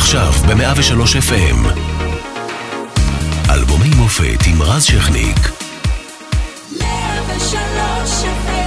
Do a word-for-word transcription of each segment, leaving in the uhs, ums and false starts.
עכשיו ב-מאה ושלוש אף אם. אלבומי מופת עם רז שכניק. מאה ושלוש אף אם.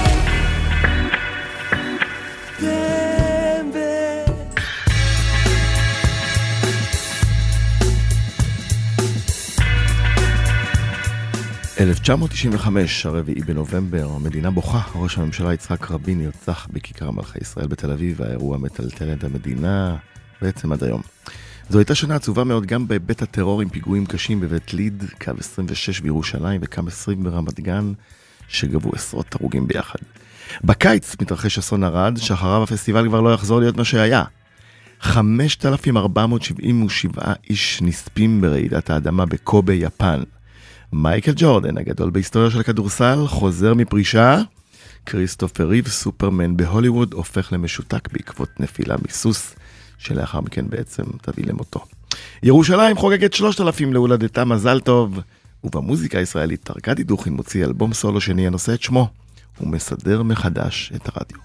אלף תשע מאות תשעים וחמש, הרביעי בנובמבר, המדינה בוכה, ראש הממשלה יצחק רבין נרצח בכיכר מלכי ישראל בתל אביב, והאירוע מטלטל את המדינה בעצם עד היום. זו הייתה שנה עצובה מאוד גם בהיבט הטרור עם פיגועים קשים בבית ליד, קו עשרים ושש בירושלים וקו עשרים ברמת גן, שגבו עשרות הרוגים ביחד. בקיץ מתרחש אסון ערד, שאחריו הפסטיבל כבר לא יחזור להיות מה שהיה. חמשת אלפים ארבע מאות שבעים ושבעה איש נספים ברעידת האדמה בקובה, יפן. מייקל ג'ורדן, הגדול בהיסטוריה של הכדורסל, חוזר מפרישה. כריסטופר ריב, סופרמן בהוליווד, הופך למשותק בעקבות נפילה מסוס, שלאחר מכן בעצם תביא למותו. ירושלים חוגגת שלושת אלפים להולדתה, מזל טוב. ובמוזיקה הישראלית, ארכדי דוכין מוציא אלבום סולו שני הנושא את שמו, ומסדר מחדש את הרדיו.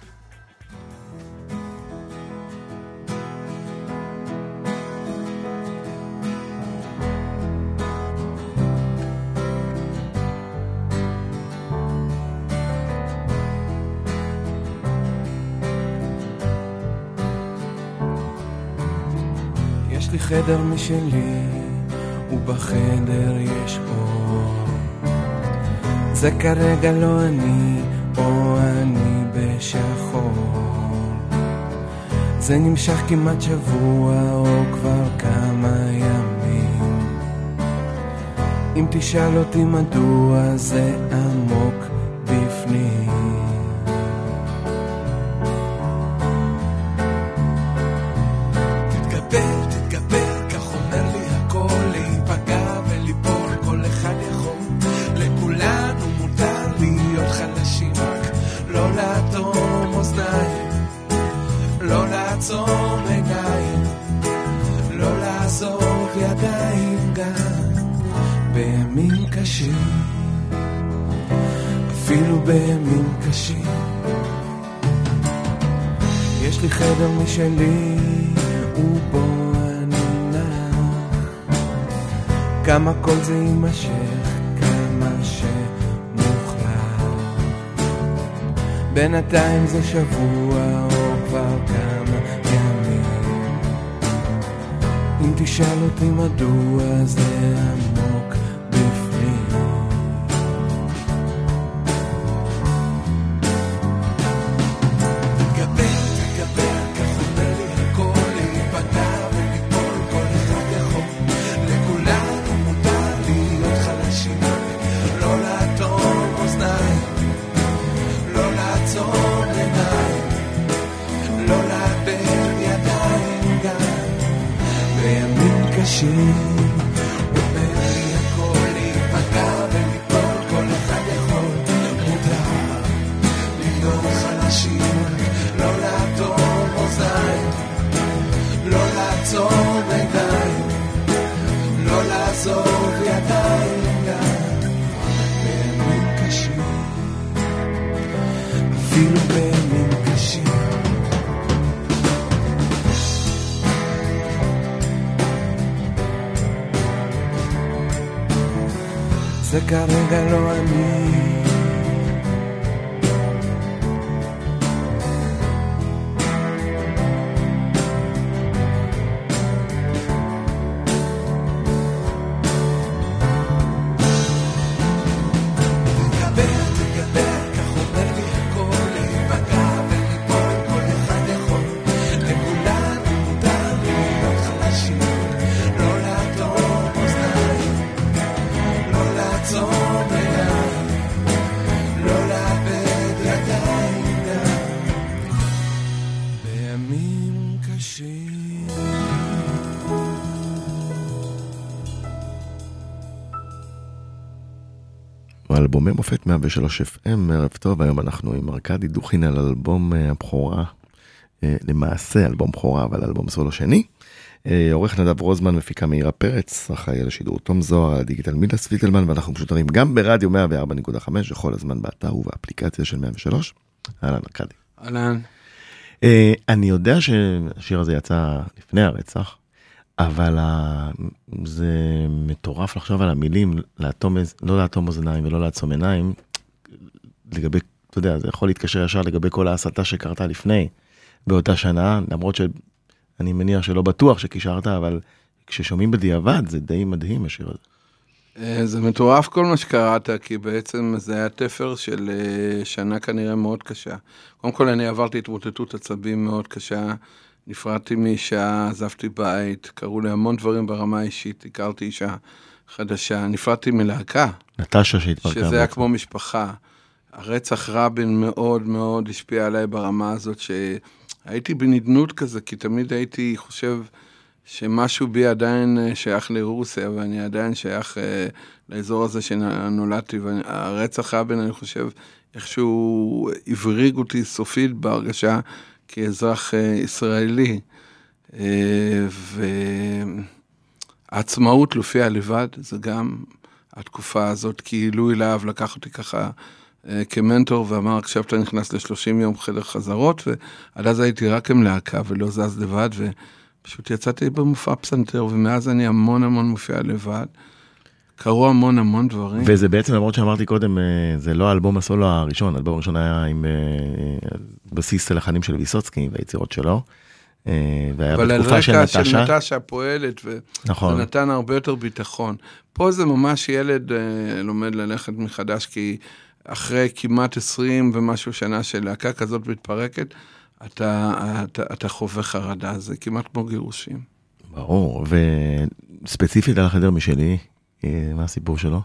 יש לי חדר משלי, ובחדר יש אור. זה כרגע לא אני, או אני בשחור. זה נמשך כמעט שבוע, או כבר כמה ימים. אם תשאל אותי מדוע, זה עמוק בפנים. בימים קשים, אפילו בימים קשים. יש לי חדר משלי, ובו אני נח. כמה כל זה יימשך, כמה שמוחלט. בינתיים זה שבוע, או כבר כמה ימים. אם תשאל אותי מדוע, זה עמוק זה כרגע לא אני. אלבומי מופת מאה ושלוש אף אם, ערב טוב, היום אנחנו עם ארכדי דוכין על אלבום הבכורה, למעשה אלבום בכורה, אבל אלבום סולו שני. עורך נדב רוזמן, מפיקה מאירה פרץ, אחראי על השידור תום זוהר, על הדיגיטל מידה סוויטלמן, ואנחנו משודרים גם ברדיו מאה וארבע נקודה חמש, וכל הזמן באתר ובאפליקציה של מאה ושלוש. אהלן ארכדי. אהלן. אני יודע שהשיר הזה יצא לפני הרצח, אבל זה מטורף לחשוב על המילים, לא לאטום אוזניים ולא לעצום עיניים, לגבי, אתה יודע, זה יכול להתקשר ישר לגבי כל ההסתה שקרתה לפני, באותה שנה, למרות שאני מניח שלא בטוח שקישרת, אבל כששומעים בדיעבד, זה די מדהים השיר הזה. זה מטורף כל מה שקראת, כי בעצם זה היה תפר של שנה כנראה מאוד קשה. קודם כל אני עברתי התמוטטות עצבים מאוד קשה, נפרדתי מאישה, עזבתי בית, קראו לי המון דברים ברמה האישית, הכרתי אישה חדשה, נפרדתי מלהקה. נטשה שהתפרקה. שזה היה כמו משפחה. הרצח רבין מאוד מאוד השפיע עליי ברמה הזאת, שהייתי בנדנות כזה, כי תמיד הייתי חושב שמשהו בי עדיין שייך לרוסיה, ואני עדיין שייך אה, לאזור הזה שנולדתי, והרצח רבין, אני חושב, איכשהו הבריג אותי סופית בהרגשה כאזרח אה, ישראלי, אה, והעצמאות להופיע לבד, זה גם התקופה הזאת, כי לואי להב לקח אותי ככה אה, כמנטור, ואמר, עכשיו אתה נכנס ל-שלושים יום חדר חזרות, ועד אז הייתי רק עם להקה ולא זז לבד, ו... פשוט יצאתי במופע פסנתר, ומאז אני המון המון מופיע לבד. קראו המון המון דברים. וזה בעצם, למרות שאמרתי קודם, זה לא האלבום הסולו הראשון, האלבום הראשון היה עם בסיס הלחנים של ויסוצקי והיצירות שלו, והיה בתקופה של נטשה. אבל על רקע של נטשה פועלת, וזה נתן הרבה יותר ביטחון. פה זה ממש ילד לומד ללכת מחדש, כי אחרי כמעט עשרים ומשהו שנה של להקה כזאת מתפרקת, אתה, אתה, אתה חווה חרדה, זה כמעט כמו גירושים. ברור, וספציפית על החדר משלי, מה הסיפור שלו?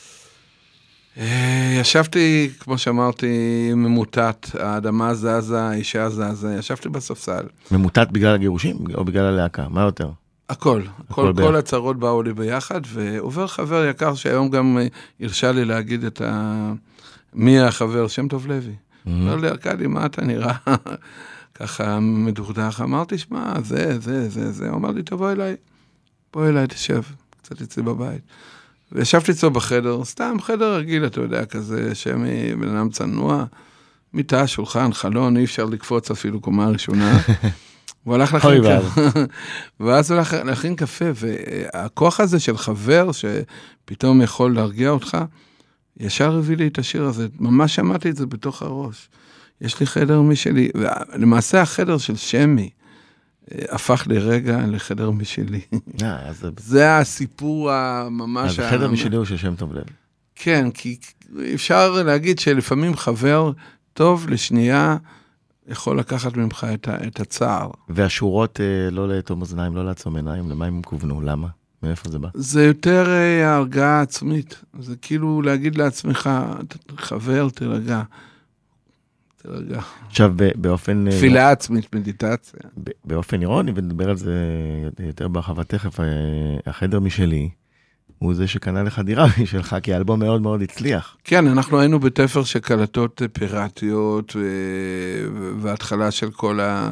ישבתי, כמו שאמרתי, ממוטט, האדמה זזה, האישה זזה, ישבתי בספסל. ממוטט בגלל הגירושים או בגלל הלהקה? מה יותר? הכל, כל, כל הצרות באו לי ביחד, ועובר חבר יקר שהיום גם הרשה לי להגיד את ה... מי החבר? שם טוב לוי. אומר לי, ארכדי, מה אתה נראה? ככה מדורדך, אמרתי, שמע, זה, זה, זה, זה. אומר לי, תבוא אליי, בוא אליי, תשב, קצת אצלי בבית. וישבתי אצלו בחדר, סתם חדר רגיל, אתה יודע, כזה, שמי בן אדם צנוע, מיטה, שולחן, חלון, אי אפשר לקפוץ אפילו קומה ראשונה. הוא הלך להכין קפה, ואז הוא הלך להכין קפה, והכוח הזה של חבר, שפתאום יכול להרגיע אותך, ישר הביא לי את השיר הזה, ממש שמעתי את זה בתוך הראש. יש לי חדר משלי, ולמעשה החדר של שמי, הפך לרגע לחדר משלי. זה הסיפור הממש... אז החדר משלי הוא של שם טוב לב. כן, כי אפשר להגיד שלפעמים חבר טוב לשנייה, יכול לקחת ממך את הצער. והשורות לא לאטום אוזניים, לא לעצום עיניים, למה הם כוונו? למה? מאיפה זה בא? זה יותר ההרגעה עצמית. זה כאילו להגיד לעצמך, חבר, תרגע. תרגע. עכשיו, באופן... תפילה עצמית, מדיטציה. באופן אירוני, ונדבר על זה יותר בהרחבה תכף, החדר משלי, הוא זה שקנה לך דירה משלך, כי האלבום מאוד מאוד הצליח. כן, אנחנו היינו בתפר של קלטות פיראטיות, והתחלה של כל ה...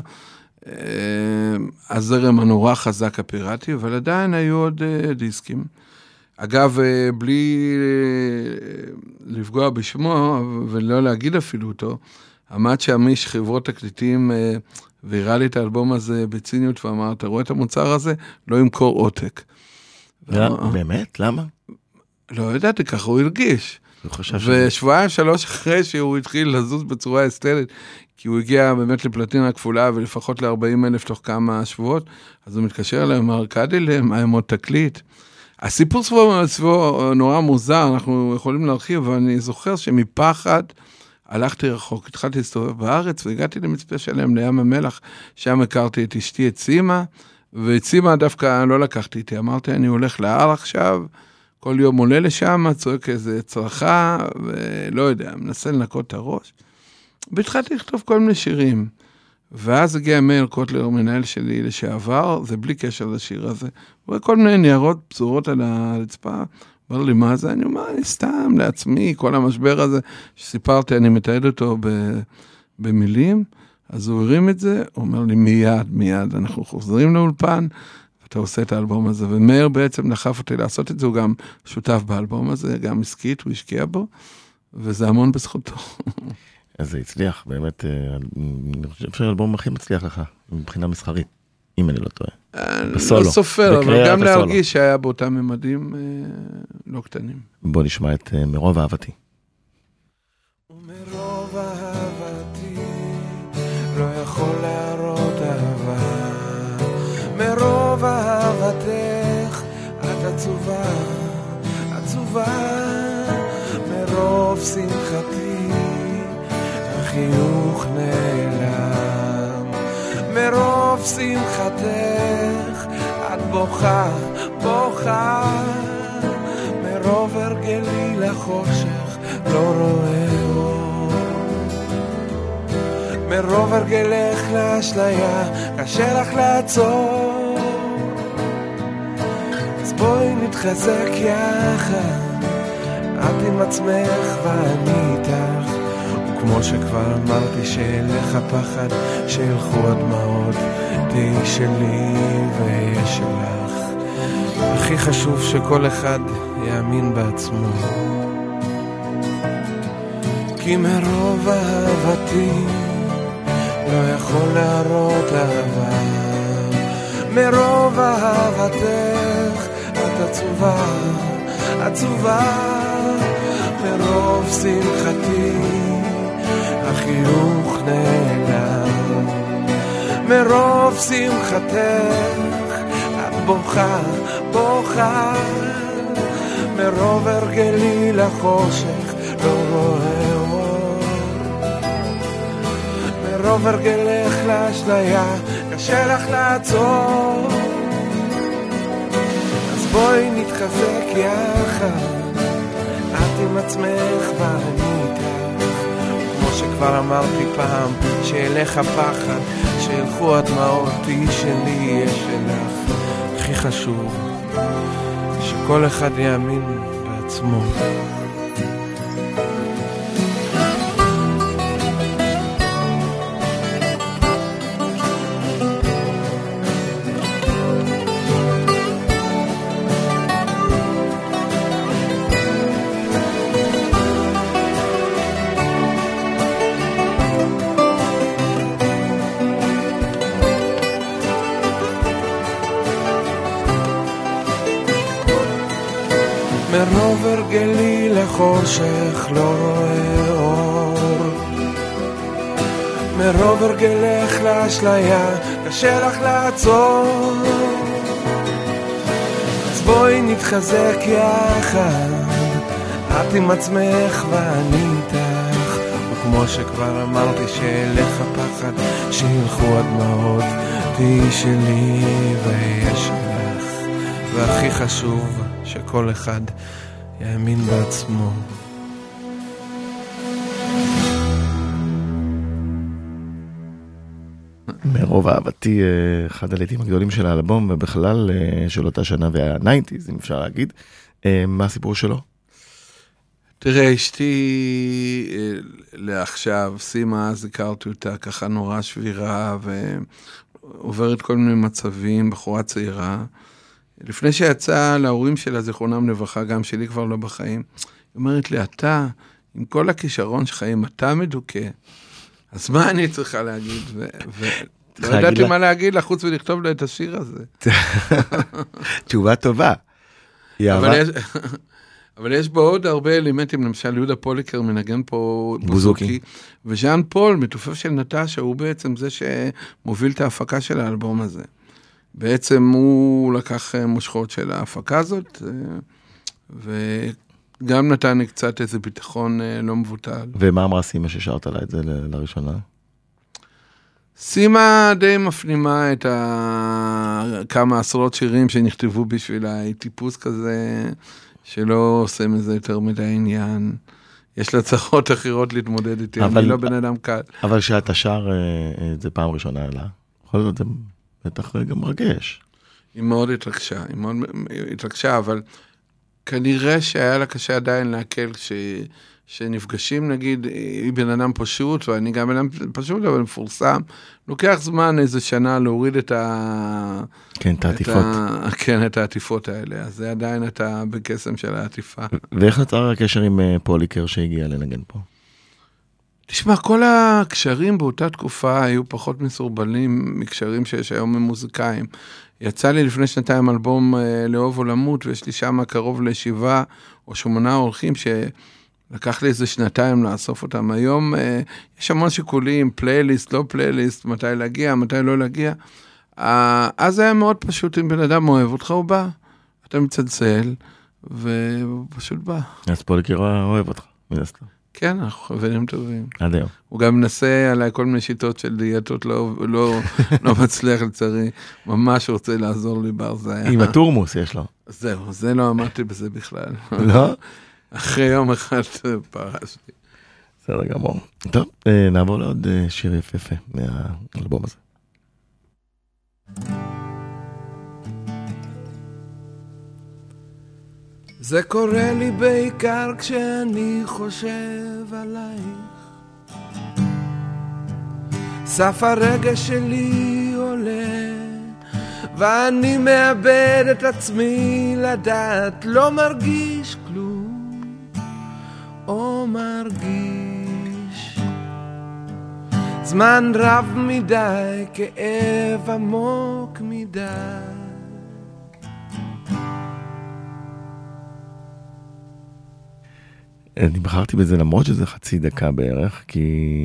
הזרם הנורא חזק הפיראטי, אבל עדיין היו עוד דיסקים. אגב, בלי לפגוע בשמו, ולא להגיד אפילו אותו, עמד שם איש חברות תקליטים, והראה לי את האלבום הזה בציניות, ואמר, אתה רואה את המוצר הזה? לא ימכור עותק. באמת? למה? לא ידעתי, ככה הוא הרגיש. ושבועיים שלוש אחרי שהוא התחיל לזוז בצורה אסתרית, כי הוא הגיע באמת לפלטינה הכפולה, ולפחות ל-ארבעים אלף תוך כמה שבועות, אז הוא מתקשר אליהם, אמר, ארכדי להם, היה מאוד תקליט. הסיפור סביבו, סביבו נורא מוזר, אנחנו יכולים להרחיב, אבל אני זוכר שמפחד הלכתי רחוק, התחלתי להסתובב בארץ, והגעתי למצפה שלם, לים המלח, שם הכרתי את אשתי, את סימה, ואת סימה דווקא לא לקחתי איתי, אמרתי, אני הולך להר עכשיו, כל יום עולה לשם, צועק איזה צרחה, ולא יודע, מנסה לנקות את הראש, והתחלתי לכתוב כל מיני שירים, ואז הגיע מאיר קוטלר, מנהל שלי לשעבר, זה בלי קשר לשיר הזה, הוא רואה כל מיני ניירות פזורות על הרצפה, אמר לי, מה זה? אני אומר, אני סתם לעצמי, כל המשבר הזה שסיפרתי, אני מתעד אותו במילים, אז הוא הרים את זה, הוא אומר לי, מיד, מיד, אנחנו חוזרים לאולפן, ואתה עושה את האלבום הזה, ומאיר בעצם דחף אותי לעשות את זה, הוא גם שותף באלבום הזה, גם עסקית, הוא השקיע בו, וזה המון בזכותו. אז זה הצליח, באמת, אני חושב שהאלבום הכי מצליח לך, מבחינה מסחרית, אם אני לא טועה. בסולו. לא סופר, אבל גם להרגיש שהיה באותם ממדים לא קטנים. בוא נשמע את מרוב אהבתי. ומרוב אהבתי לא יכול להראות אהבה, מרוב אהבתך את עצובה, עצובה, מרוב שמחתי החיוך נעלם, מרוב שמחתך את בוכה, בוכה, מרוב הרגלי לחושך לא רואה אור, מרוב הרגלך לאשליה קשה לך לעצור, אז בואי נתחזק יחד, את עם עצמך ואני איתך, וכמו שכבר אמרתי שאלך הפחד שילכו הדמעות, תהי שלי ויהיה שלך, הכי חשוב שכל אחד יאמין בעצמו, כי מרוב אהבתי לא יכול להראות אהבה, מרוב אהבתך את עצובה, עצובה, מרוב שמחתי החיוך נעלם, מרוב שמחתך את בוכה, בוכה, מרוב הרגלי לחושך לא רואה אור, מרוב הרגלך לאשליה קשה לך לעצור, אז בואי נתחזק יחד, את עם עצמך ואני איתך, כמו שכבר אמרתי פעם שאלך הפחד שילכו הדמעות, תהי שלי יהיה שלך, הכי חשוב שכל אחד יאמין בעצמו. מרוב הרגלי לחושך לא רואה אור, מרוב הרגלך לאשליה קשה לך לעצור, אז בואי נתחזק יחד, את עם עצמך ואני איתך, וכמו שכבר אמרתי שאלך הפחד שילכו הדמעות, תהי שלי ויהיה שלך, והכי חשוב שכל אחד יאמין בעצמו. מרוב אהבתי, אחד הלהיטים הגדולים של האלבום, ובכלל של אותה שנה וה-תשעים, אם אפשר להגיד. מה הסיפור שלו? תראה, אשתי לעכשיו, סימה, אז הכרתי אותה ככה נורא שבירה, ועוברת כל מיני מצבים, בחורה צעירה. לפני שיצאה להורים שלה, זיכרונם לברכה, גם שלי כבר לא בחיים, היא אומרת לי, אתה, עם כל הכישרון שחיים, אתה מדוכא, אז מה אני צריכה להגיד? ולא ידעתי מה להגיד לה, חוץ ולכתוב לה את השיר הזה. תשובה טובה. אבל יש בו עוד הרבה אלמנטים, למשל יהודה פוליקר מנגן פה בוזוקי, וז'אן פול, מתופף של נטשה, הוא בעצם זה שמוביל את ההפקה של האלבום הזה. בעצם הוא לקח מושכות של ההפקה הזאת, וגם נתן לי קצת איזה ביטחון לא מבוטל. ומה אמרה סימה ששרת לה את זה לראשונה? סימה די מפנימה את ה... כמה עשרות שירים שנכתבו בשבילה, היא טיפוס כזה שלא עושה מזה יותר מדי עניין. יש לה צרות אחרות להתמודד איתי, אבל... אני לא בן אדם קל. אבל שאתה שר את זה פעם ראשונה עלה, בכל זאת זה בטח גם מרגש. היא מאוד התרגשה, היא מאוד התרגשה, אבל כנראה שהיה לה קשה עדיין להקל ש... שנפגשים, נגיד, היא בן אדם פשוט, ואני גם בן אדם פשוט, אבל מפורסם, לוקח זמן איזה שנה להוריד את ה... כן, את העטיפות. ה... כן, את העטיפות האלה, אז זה עדיין אתה בקסם של העטיפה. ואיך נוצר הקשר עם פוליקר שהגיע לנגן פה? תשמע, כל הקשרים באותה תקופה היו פחות מסורבלים מקשרים שיש היום ממוזיקאים. יצא לי לפני שנתיים אלבום לאהוב או למות, ויש לי שם קרוב לשבעה או שמונה אורחים שלקח לי איזה שנתיים לאסוף אותם. היום יש המון שיקולים, פלייליסט, לא פלייליסט, מתי להגיע, מתי לא להגיע. אז זה היה מאוד פשוט, אם בן אדם אוהב אותך, הוא בא. אתה מצלצל, והוא פשוט בא. אז פוליקר אוהב אותך, מן הסתם. כן, אנחנו חברים טובים. עד היום. הוא גם מנסה עליי כל מיני שיטות של דיאטות, לא, לא, לא מצליח לצערי, ממש רוצה לעזור לי בהרזיה. עם הטורמוס יש לו. זהו, זה לא אמרתי בזה בכלל. לא? אחרי יום אחד פרשתי. בסדר גמור. טוב, נעבור לעוד שיר יפה מהאלבום הזה. זה קורה לי בעיקר כשאני חושב עלייך, סף הרגש שלי עולה ואני מאבד את עצמי לדעת, לא מרגיש כלום או מרגיש זמן רב מדי, כאב עמוק מדי. אני בחרתי בזה למרות שזה חצי דקה בערך, כי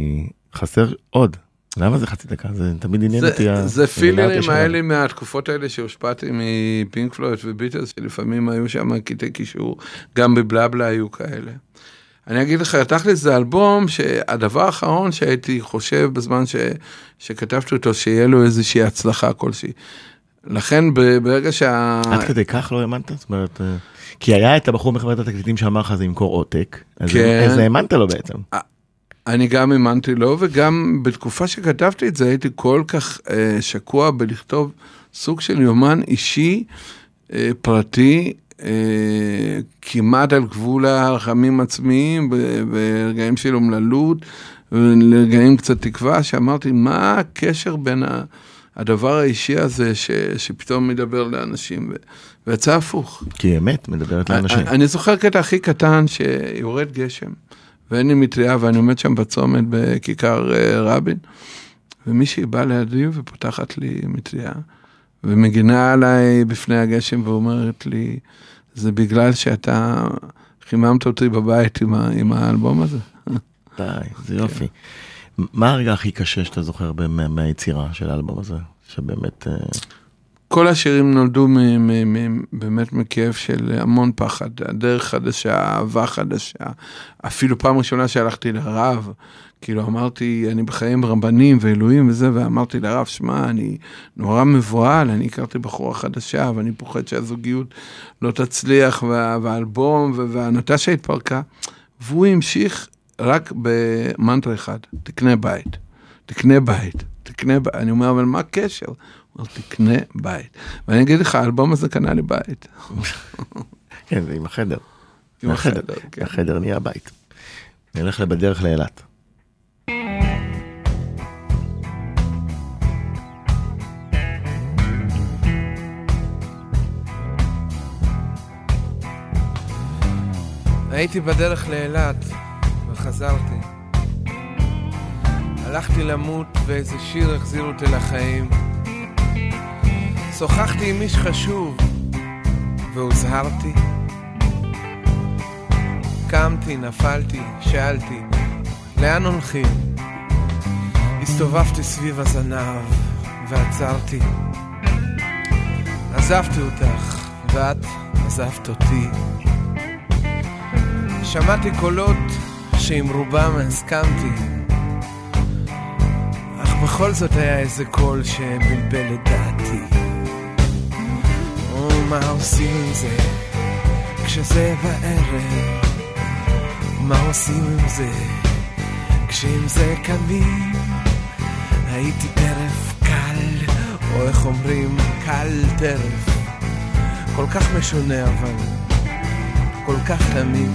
חסר עוד. למה זה חצי דקה? זה תמיד עניין אותי. זה פילרים האלה מהתקופות האלה שהושפעתי מפינק פלויד וביטלס, שלפעמים היו שם קטעי קישור, גם בבלבלה היו כאלה. אני אגיד לך, תכל'ס זה אלבום שהדבר האחרון שהייתי חושב בזמן ש, שכתבתי אותו, שיהיה לו איזושהי הצלחה כלשהי. לכן ברגע שה... עד כדי כך לא האמנת? זאת אומרת... כי היה את הבחור מחברת התקליטים שאמר לך זה ימכור עותק, אז זה האמנת לו בעצם. אני גם האמנתי לו, וגם בתקופה שכתבתי את זה, הייתי כל כך אה, שקוע בלכתוב סוג של יומן אישי, אה, פרטי, אה, כמעט על גבול הרחמים עצמיים, ברגעים של אומללות, ולרגעים קצת תקווה, שאמרתי, מה הקשר בין ה... הדבר האישי הזה ש, שפתאום מדבר לאנשים, ו, ויצא הפוך. כי אמת מדברת לאנשים. אני, אני זוכר קטע הכי קטן שיורד גשם, ואין לי מטריה, ואני עומד שם בצומת בכיכר רבין, ומישהי באה לידי ופותחת לי מטריה, ומגינה עליי בפני הגשם, ואומרת לי, זה בגלל שאתה חיממת אותי בבית עם, ה, עם האלבום הזה. די, זה יופי. מה הרגע הכי קשה שאתה זוכר מהיצירה של האלבום הזה? שבאמת... כל השירים נולדו באמת מכאב של המון פחד, הדרך חדשה, אהבה חדשה, אפילו פעם ראשונה שהלכתי לרב, כאילו אמרתי, אני בחיים רבנים ואלוהים וזה, ואמרתי לרב, שמה, אני נורא מבועל, אני הכרתי בחורה חדשה, ואני פוחד שהזוגיות לא תצליח, והאלבום והנטשה התפרקה, והוא המשיך רק במנטרה אחד, תקנה בית, תקנה בית, תקנה בית, אני אומר, אבל מה הקשר? הוא אומר, תקנה בית. ואני אגיד לך, האלבום הזה קנה לי בית. כן, זה עם החדר. עם החדר, כן. החדר נהיה בית. נלך בדרך לאילת. הייתי בדרך לאילת, וחזרתי. הלכתי למות ואיזה שיר החזיר אותי לחיים. שוחחתי עם איש חשוב והוזהרתי. קמתי, נפלתי, שאלתי, לאן הולכים? הסתובבתי סביב הזנב ועצרתי. עזבתי אותך ואת עזבת אותי. שמעתי קולות שעם רובם הסכמתי, אך בכל זאת היה איזה קול שבלבל את דעתי. ומה עושים עם זה כשזה בערב? מה עושים עם זה כשעם זה קמים? הייתי טרף קל, או איך אומרים, קל טרף, כל כך משונה אבל כל כך תמים.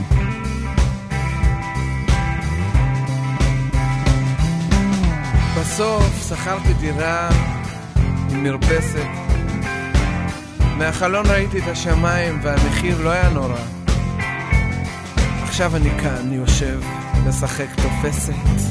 בסוף שכרתי דירה עם מרפסת. מהחלון ראיתי את השמיים והמחיר לא היה נורא. עכשיו אני כאן יושב לשחק תופסת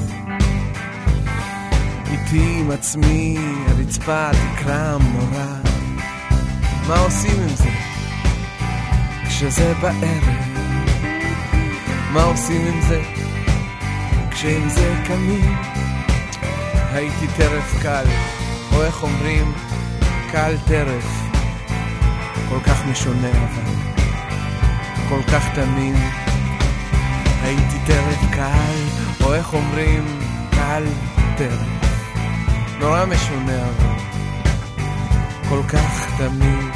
איתי עם עצמי, הרצפה תקרם נורא. מה עושים עם זה כשזה בערב? מה עושים עם זה כשעם זה קמים? הייתי טרף קל, או איך אומרים, קל טרף, כל כך משונה אבל כל כך תמים. הייתי טרף קל, או איך אומרים, קל טרף, נורא משונה אבל כל כך תמים.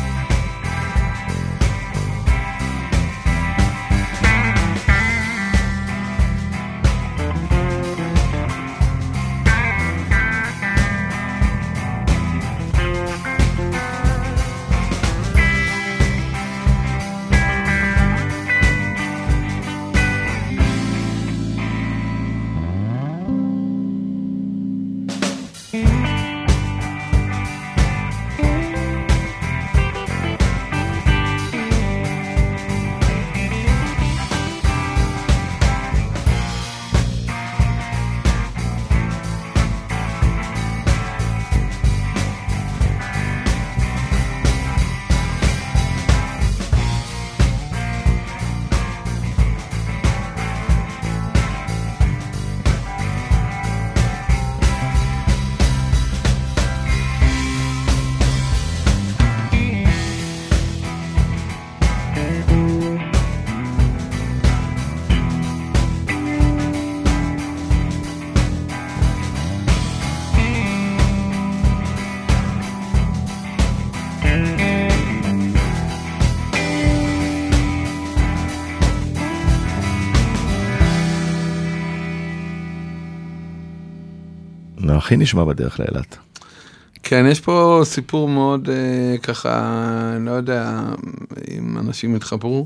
הכי נשמע בדרך לאילת. כן, יש פה סיפור מאוד אה, ככה, לא יודע אם אנשים התחברו.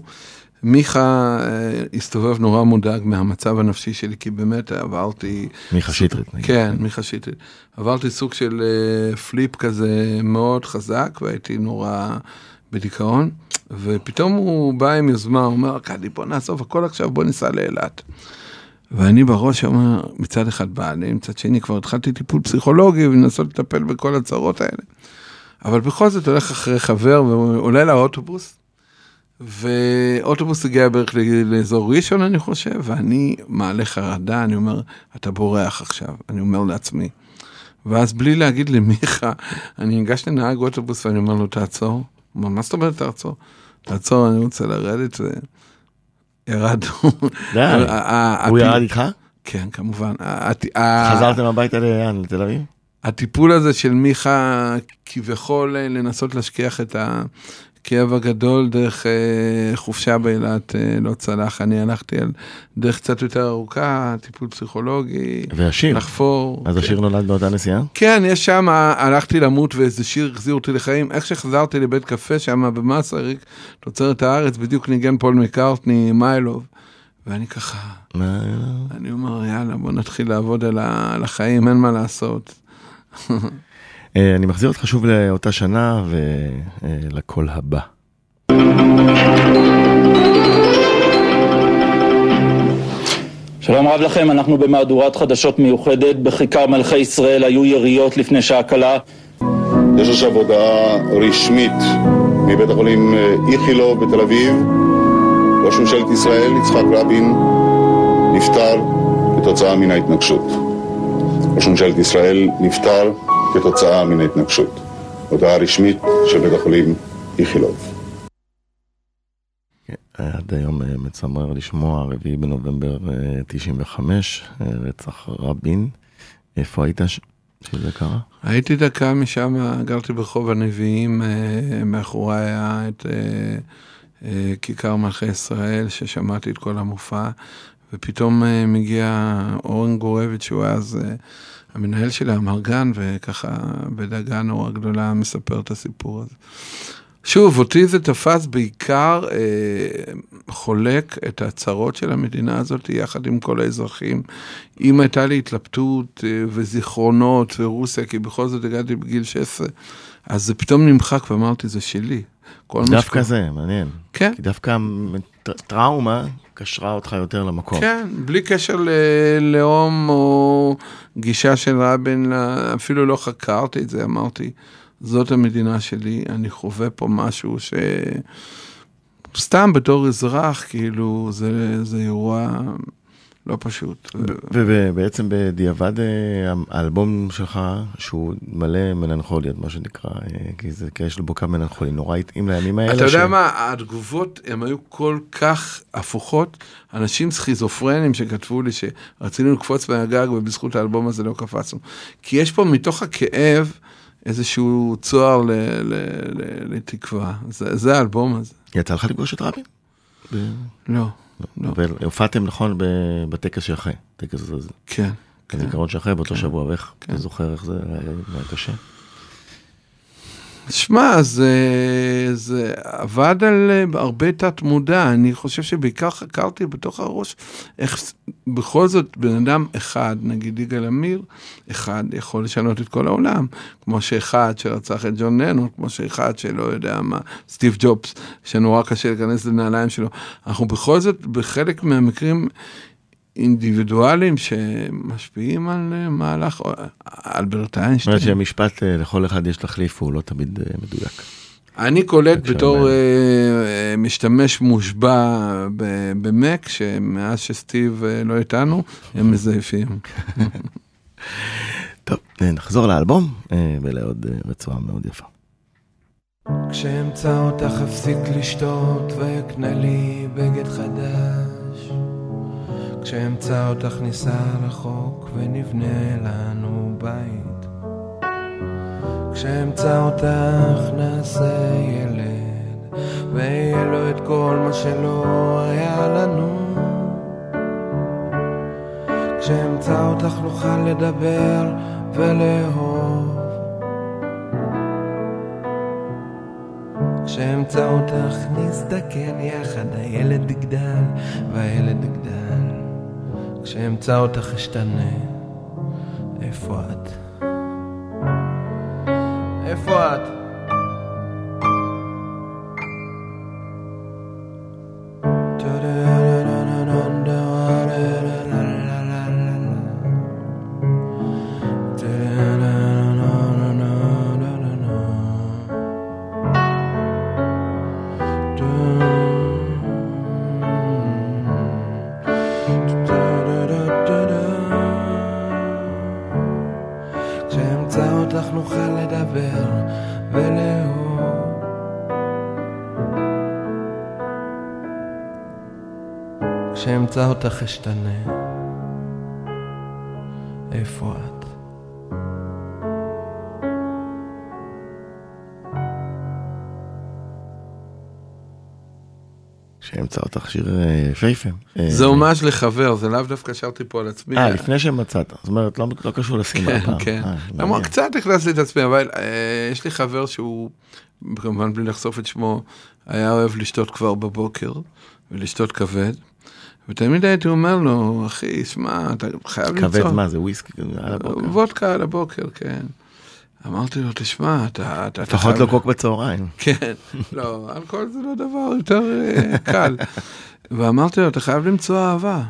מיכה אה, הסתובב נורא מודאג מהמצב הנפשי שלי, כי באמת עברתי... מיכה שטרית. כן, מיכה שטרית. עברתי סוג של אה, פליפ כזה מאוד חזק, והייתי נורא בדיכאון, ופתאום הוא בא עם יוזמה, הוא אומר, קדי, בוא נעזוב הכל עכשיו, בוא ניסע לאילת. ואני בראש אומר, מצד אחד בא לי, מצד שני כבר התחלתי טיפול פסיכולוגי, ונסות לטפל בכל הצרות האלה. אבל בכל זאת הולך אחרי חבר, ועולה לאוטובוס, ואוטובוס הגיע בערך לאזור ראשון, אני חושב, ואני מעלה חרדה, אני אומר, אתה בורח עכשיו, אני אומר לעצמי. ואז בלי להגיד למיכה, אני ניגש לנהג אוטובוס, ואני אומר לו, תעצור. הוא אומר, מה זאת אומרת תעצור? תעצור, אני רוצה לרדת, ו... ירד. הוא ירד איתך? כן, כמובן. חזרתם הביתה לתל אביב? הטיפול הזה של מיכה, כביכול לנסות להשכיח את הכאב הגדול דרך חופשה באילת לא צלח. אני הלכתי על דרך קצת יותר ארוכה, טיפול פסיכולוגי. והשיר? לחפור. אז השיר נולד באותה נסיעה? כן, יש שם, הלכתי למות ואיזה שיר החזיר אותי לחיים. איך שחזרתי לבית קפה שם במסריק, תוצרת הארץ, בדיוק ניגן פול מקארטני, מיילוב. ואני ככה, אני אומר, יאללה, בוא נתחיל לעבוד על החיים, אין מה לעשות. אני מחזיר אותך שוב לאותה שנה ולקול הבא. שלום רב לכם, אנחנו במהדורת חדשות מיוחדת. בכיכר מלכי ישראל היו יריות לפני שעה קלה. יש עכשיו הודעה רשמית מבית החולים איכילוב בתל אביב. ראש ממשלת ישראל יצחק רבין נפטר כתוצאה מן ההתנגשות. ראש ממשלת ישראל נפטר כתוצאה מן ההתנגשות. הודעה רשמית של בית החולים איכילוב. עד היום מצמרר לשמוע, רביעי בנובמבר תשעים וחמש, רצח רבין. איפה היית שזה קרה? הייתי דקה משם, גרתי ברחוב הנביאים, מאחורי היה את כיכר מלכי ישראל, ששמעתי את כל המופע, ופתאום מגיע אורן גורביץ' שהוא אז המנהל שלה, המרגן, וככה בדאגה נורא גדולה מספר את הסיפור הזה. שוב, אותי זה תפס בעיקר אה, חולק את הצרות של המדינה הזאת, יחד עם כל האזרחים. אם הייתה לי התלבטות אה, וזיכרונות ורוסיה, כי בכל זאת הגעתי בגיל שש עשרה, אז זה פתאום נמחק ואמרתי, זה שלי. דווקא זה, מעניין. כן. כי דווקא טראומה קשרה אותך יותר למקום. כן, בלי קשר ללאום או גישה של רבין, אפילו לא חקרתי את זה, אמרתי, זאת המדינה שלי, אני חווה פה משהו ש... סתם בתור אזרח, כאילו, זה, זה אירוע לא פשוט. ובעצם בדיעבד האלבום שלך, שהוא מלא מלנכוליות, מה שנקרא, כי זה יש לו בו כמה מלנכולי, נורא התאים לימים האלה. אתה יודע מה, התגובות הן היו כל כך הפוכות, אנשים סכיזופרנים שכתבו לי שרצינו לקפוץ מהגג ובזכות האלבום הזה לא קפצנו. כי יש פה מתוך הכאב איזשהו צוהר לתקווה. זה האלבום הזה. יצא לך לפגוש את רבין? לא. והופעתם נכון בטקס שאחרי, טקס הזה. כן. הזיכרון שאחרי, באותו שבוע, ואיך אתה זוכר איך זה היה קשה? שמע, זה עבד על הרבה תת מודע, אני חושב שבעיקר חקרתי בתוך הראש, איך בכל זאת בן אדם אחד, נגיד יגאל עמיר, אחד יכול לשנות את כל העולם, כמו שאחד שרצח את ג'ון לנון, כמו שאחד שלא יודע מה, סטיב ג'ובס, שנורא קשה להיכנס לנעליים שלו, אנחנו בכל זאת בחלק מהמקרים, אינדיבידואלים שמשפיעים על מהלך, אלברט איינשטיין. זאת אומרת שהמשפט לכל אחד יש תחליף, הוא לא תמיד מדויק. אני קולט בתור משתמש מושבע במק, שמאז שסטיב לא איתנו, הם מזייפים. טוב, נחזור לאלבום, ולעוד רצועה מאוד יפה. כשאמצא אותך אפסיק לשתות, ויקנה לי בגד חדש. כשאמצא אותך ניסע רחוק ונבנה לנו בית. כשאמצא אותך נעשה ילד ויהיה לו את כל מה שלא היה לנו. כשאמצא אותך נוכל לדבר ולאהוב. כשאמצא אותך נסתכן יחד, הילד יגדל והילד יגדל. כשאמצא אותך אשתנה, איפה את? איפה את? כשאמצא אותך אשתנה, איפה את? כשאמצא אותך שיר פייפם. זה ממש לחבר, זה לאו דווקא שרתי פה על עצמי. אה, לפני שמצאת, זאת אומרת, לא קשור לשים על הפעם. כן, כן. קצת הכנסתי את עצמי, אבל יש לי חבר שהוא, כמובן בלי לחשוף את שמו, היה אוהב לשתות כבר בבוקר, ולשתות כבד. ותמיד הייתי אומר לו, אחי, שמע, אתה חייב למצוא. כבד מה, זה וויסקי על הבוקר? וודקה על הבוקר, כן. אמרתי לו, תשמע, אתה... לפחות לא קוק בצהריים. כן, לא, אלכוהול זה לא דבר יותר קל. ואמרתי לו, אתה חייב למצוא אהבה.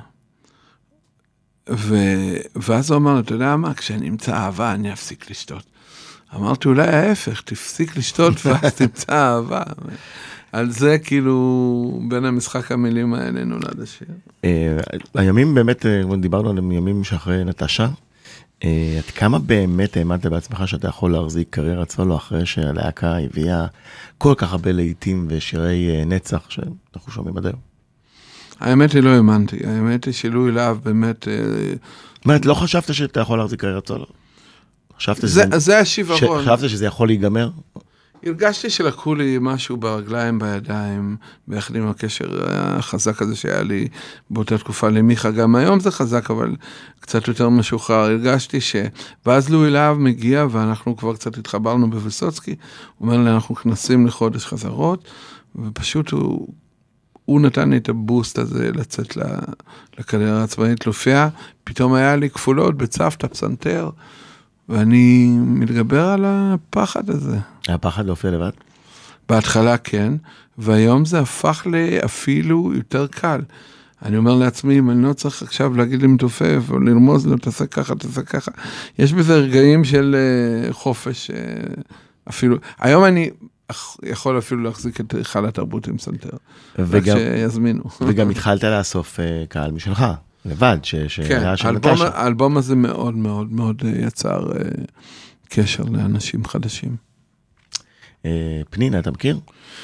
ואז הוא אמר לו, אתה יודע מה, כשאני אמצא אהבה, אני אפסיק לשתות. אמרתי, אולי ההפך, תפסיק לשתות ואז תמצא אהבה. על זה כאילו בין המשחק המילים האלה נולד השיר. הימים באמת, דיברנו על ימים שאחרי נטשה, עד כמה באמת האמנת בעצמך שאתה יכול להחזיק קריירת סולו אחרי שהלהקה הביאה כל כך הרבה לעיתים ושירי נצח שאנחנו שומעים עד היום? האמת היא לא האמנתי, האמת היא שלו אליו באמת... זאת אומרת, לא חשבת שאתה יכול להחזיק קריירת סולו? זה השיוורון. חשבת שזה יכול להיגמר? הרגשתי שלקחו לי משהו ברגליים, בידיים, ביחד עם הקשר החזק הזה שהיה לי באותה תקופה למיכה, גם היום זה חזק, אבל קצת יותר משוחרר. הרגשתי ש... ואז לו אליו מגיע, ואנחנו כבר קצת התחברנו בווסוצקי, הוא אומר לי, אנחנו נכנסים לחודש חזרות, ופשוט הוא, הוא נתן לי את הבוסט הזה לצאת לקריירה הצבאית להופיע, פתאום היה לי כפולות בצוותא, פסנתר, ואני מתגבר על הפחד הזה. הפחד להופיע לבד? בהתחלה כן, והיום זה הפך לאפילו יותר קל. אני אומר לעצמי, אם אני לא צריך עכשיו להגיד לי מתופף, או לרמוז לו, תעשה ככה, תעשה ככה. יש בזה רגעים של uh, חופש, uh, אפילו, היום אני יכול אפילו להחזיק את היכל התרבות עם סנטר, רק שיזמינו. וגם התחלת לאסוף uh, קהל משלך, לבד, ש- שהיה של נטשה. האלבום הזה מאוד מאוד מאוד יצר uh, קשר לאנשים חדשים. Uh, פנינה, אתה מכיר?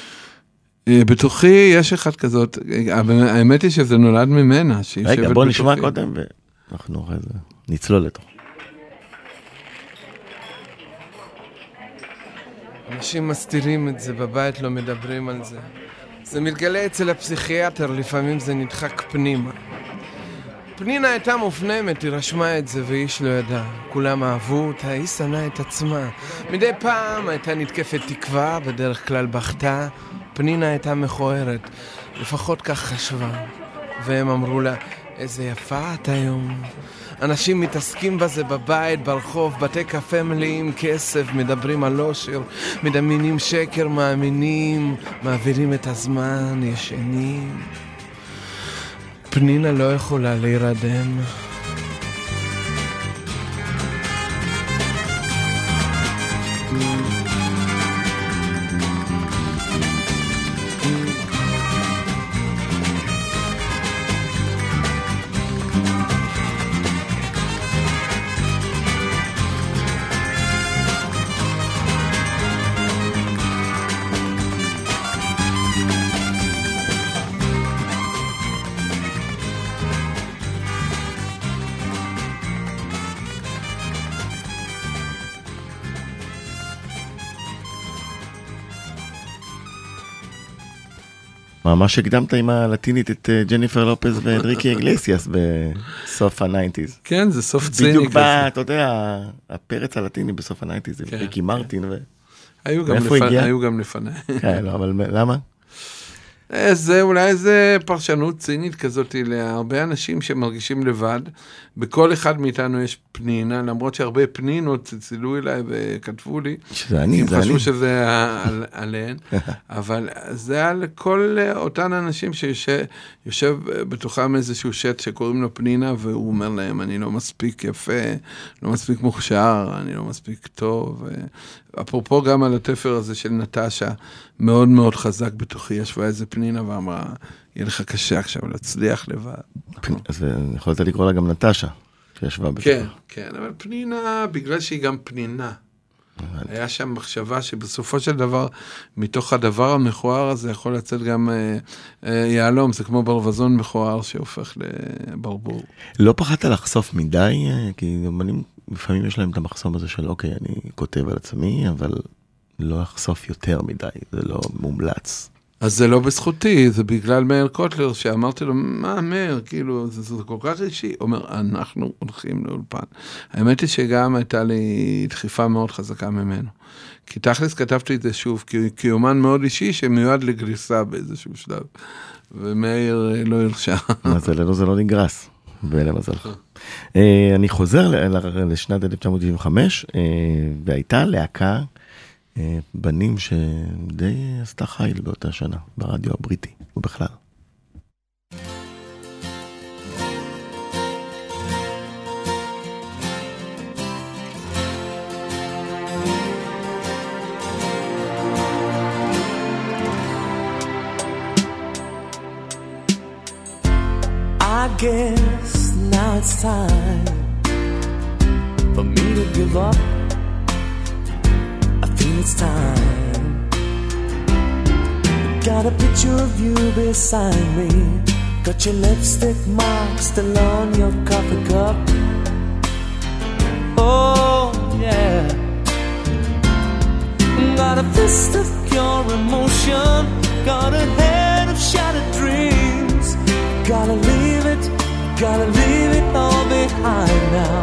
בתוכי יש אחד כזאת, האמת היא שזה נולד ממנה. רגע, בוא נשמע קודם ואנחנו אחרי זה נצלול לתוך. אנשים מסתירים את זה, בבית לא מדברים על זה. זה מתגלה אצל הפסיכיאטר, לפעמים זה נדחק פנימה. פנינה הייתה מופנמת, היא רשמה את זה ואיש לא ידע. כולם אהבו אותה, היא שנאה את עצמה. מדי פעם הייתה נתקפת תקווה, בדרך כלל בכתה. פנינה הייתה מכוערת, לפחות כך חשבה. והם אמרו לה, איזה יפה את היום. אנשים מתעסקים בזה בבית, ברחוב, בתי קפה מלאים כסף, מדברים על אושר, מדמיינים שקר, מאמינים, מעבירים את הזמן, ישנים. פנינה לא יכולה להירדם. ממש הקדמת עם הלטינית את ג'ניפר לופז ואנריקי אגלסיאס בסוף ה-תשעים. כן, זה סוף ציני. בדיוק בא, אתה יודע, הפרץ הלטיני בסוף ה-תשעים, זה ריקי מרטין. היו גם לפני. כן, אבל למה? זה אולי איזה פרשנות צינית כזאת להרבה אנשים שמרגישים לבד. בכל אחד מאיתנו יש פנינה, למרות שהרבה פנינות צלצלו אליי וכתבו לי. שזה אני, זה אני. הם חשבו שזה עליהן. אבל זה על כל אותן אנשים שיושב בתוכם איזשהו שט שקוראים לו פנינה, והוא אומר להם, אני לא מספיק יפה, לא מספיק מוכשר, אני לא מספיק טוב. אפרופו גם על התפר הזה של נטשה, מאוד מאוד חזק בתוכי, ישבה איזה פנינה ואמרה, יהיה לך קשה עכשיו להצליח לבד. אז יכולת לקרוא לה גם נטשה, שישבה בתוכי. כן, כן, אבל פנינה, בגלל שהיא גם פנינה. היה שם מחשבה שבסופו של דבר, מתוך הדבר המכוער הזה, יכול לצאת גם אה, אה, יעלום, זה כמו ברווזון מכוער שהופך לברבור. לא פחדת לחשוף מדי, כי אמנים, לפעמים יש להם את המחסום הזה של, אוקיי, אני כותב על עצמי, אבל לא לחשוף יותר מדי, זה לא מומלץ. אז זה לא בזכותי, זה בגלל מאיר קוטלר, שאמרתי לו, מה מאיר, כאילו, זה, זה כל כך אישי. הוא אומר, אנחנו הולכים לאולפן. האמת היא שגם הייתה לי דחיפה מאוד חזקה ממנו. כי תכלס כתבתי את זה שוב, כי, כי אומן מאוד אישי שמיועד לגריסה באיזשהו שלב. ומאיר לא הרשה. מזלנו זה לא נגרס, ואלה מזלך. אני חוזר לשנת אלף תשע מאות תשעים וחמש, והייתה להקה, בנים שדי עשתה חיל באותה שנה, ברדיו הבריטי ובכלל. I guess now it's time for me to give up. It's time. Got a picture of you beside me. Got your lipstick mark still on your coffee cup. Oh yeah. Got a fist of pure emotion. Got a head of shattered dreams. Gotta leave it, gotta leave it all behind now.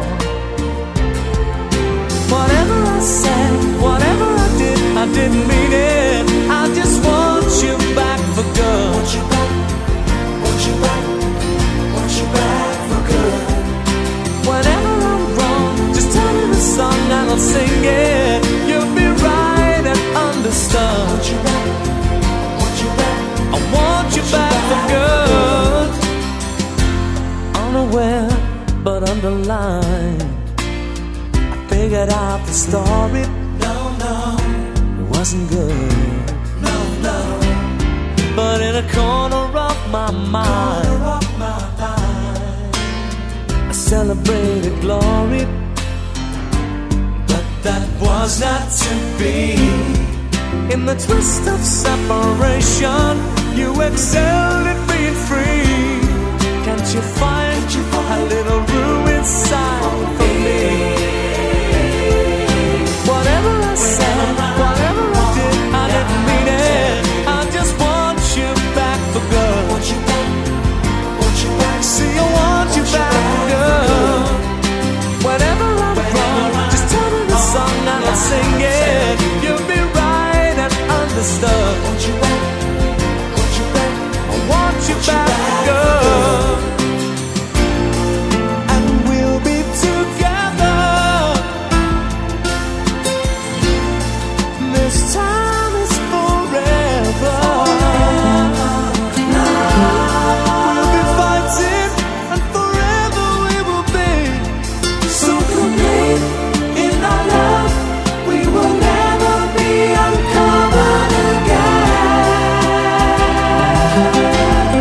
Whatever I said, whatever I did, I didn't mean it. I just want you back for good. Want you back, want you back, want you back for good. Whenever I'm wrong, just tell me the song and I'll sing it. You'll be right and understood. Want you back, want you back, I want you back for good. figured out the story. No, no, it wasn't good. No, no. But in a corner of my mind, corner of my mind, I celebrated glory. But that was not to be. In the twist of separation, you excelled at being free. Can't you find, Can't you find a little room inside for me? Whatever I said, whatever I did, I didn't mean it. I just want you back for good. Want you back, want you back. See, I want you back for good. Whatever I'm wrong, just tell me the song and I'll sing it. You'll be right and understood. Want you back, want you back. I want you back for good. And we'll be together. This time is forever. We'll be fighting and forever we will be. So complete in our love, we will never be uncovered again.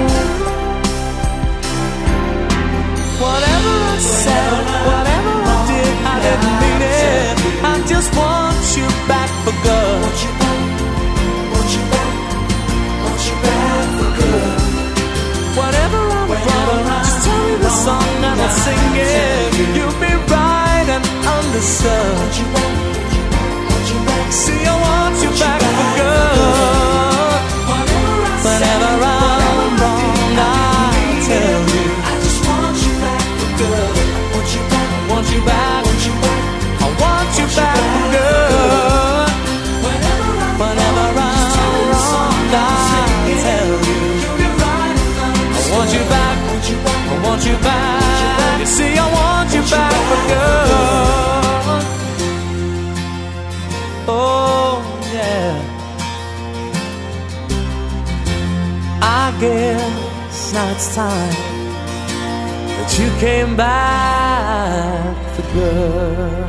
Whatever I said, whatever I did, I didn't mean it. I just want you back for good. Want you back, want you back, want you back for good. Whatever I'm wrong, just tell me the song and I'll sing it. You'll be right and understood. Want you back, want you back. See, I want you back for good. Whenever I'm wrong, I'll tell you. I just want you back for good. Want you back, want you back, want you back. I want you back for good. Whenever I'm wrong, I'll tell you. I want you back, I want you back. You see, I want you back for good. Oh, yeah. I guess now it's time that you came back for good.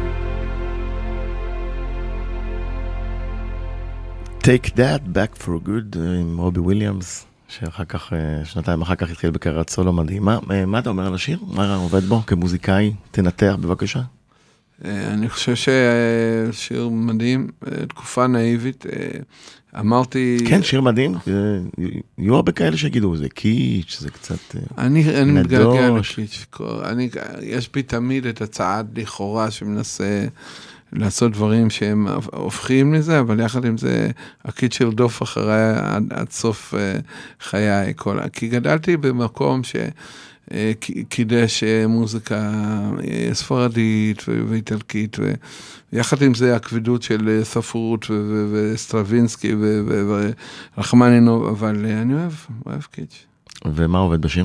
Take That Back for Good עם רובי וויליאמס, שאחר כך, שנתיים אחר כך התחיל בקריירת סולו מדהימה. מה אתה אומר על השיר? מה עובד בו כמוזיקאי? תנתח בבקשה. אני חושב ששיר מדהים, תקופה נאיבית. אמרתי... כן, שיר מדהים. יהיו הרבה כאלה שיגידו, זה קיץ', זה קצת אני מתגעגע לקיץ'. יש בי תמיד את הצעד לכאורה שמנסה לעשות דברים שהם הופכים לזה, אבל יחד עם זה, הקיץ' של דוף אחריי עד, עד סוף חיי. כל... כי גדלתי במקום ש... קידש מוזיקה ספרדית ואיטלקית, ויחד עם זה הכבדות של ספרות וסטרווינסקי ורחמנינוב, אבל אני אוהב, אוהב קיץ'. ומה עובד בשיר?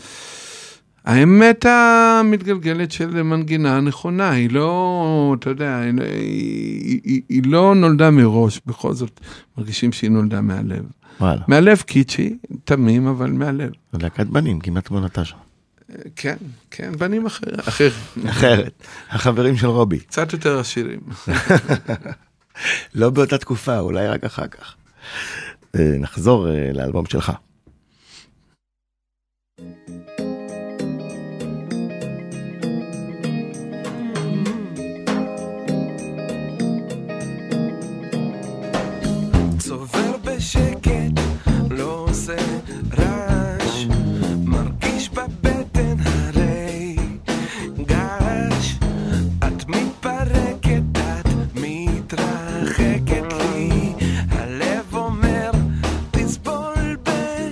האמת המתגלגלת של מנגינה הנכונה, היא לא, אתה יודע, היא, היא, היא, היא לא נולדה מראש, בכל זאת מרגישים שהיא נולדה מהלב. וואלה. מהלב קיצ'י, תמים, אבל מהלב. להקת בנים, כמעט כמו נטשה. כן, כן, בנים אחר, אחר. אחרת, החברים של רובי. קצת יותר עשירים. לא באותה תקופה, אולי רק אחר כך. נחזור לאלבום שלך. צובר בשקט, לא עושה רעש, מרגיש בבטן הרי גש, את מתפרקת, את מתרחקת לי, הלב אומר תסבול בן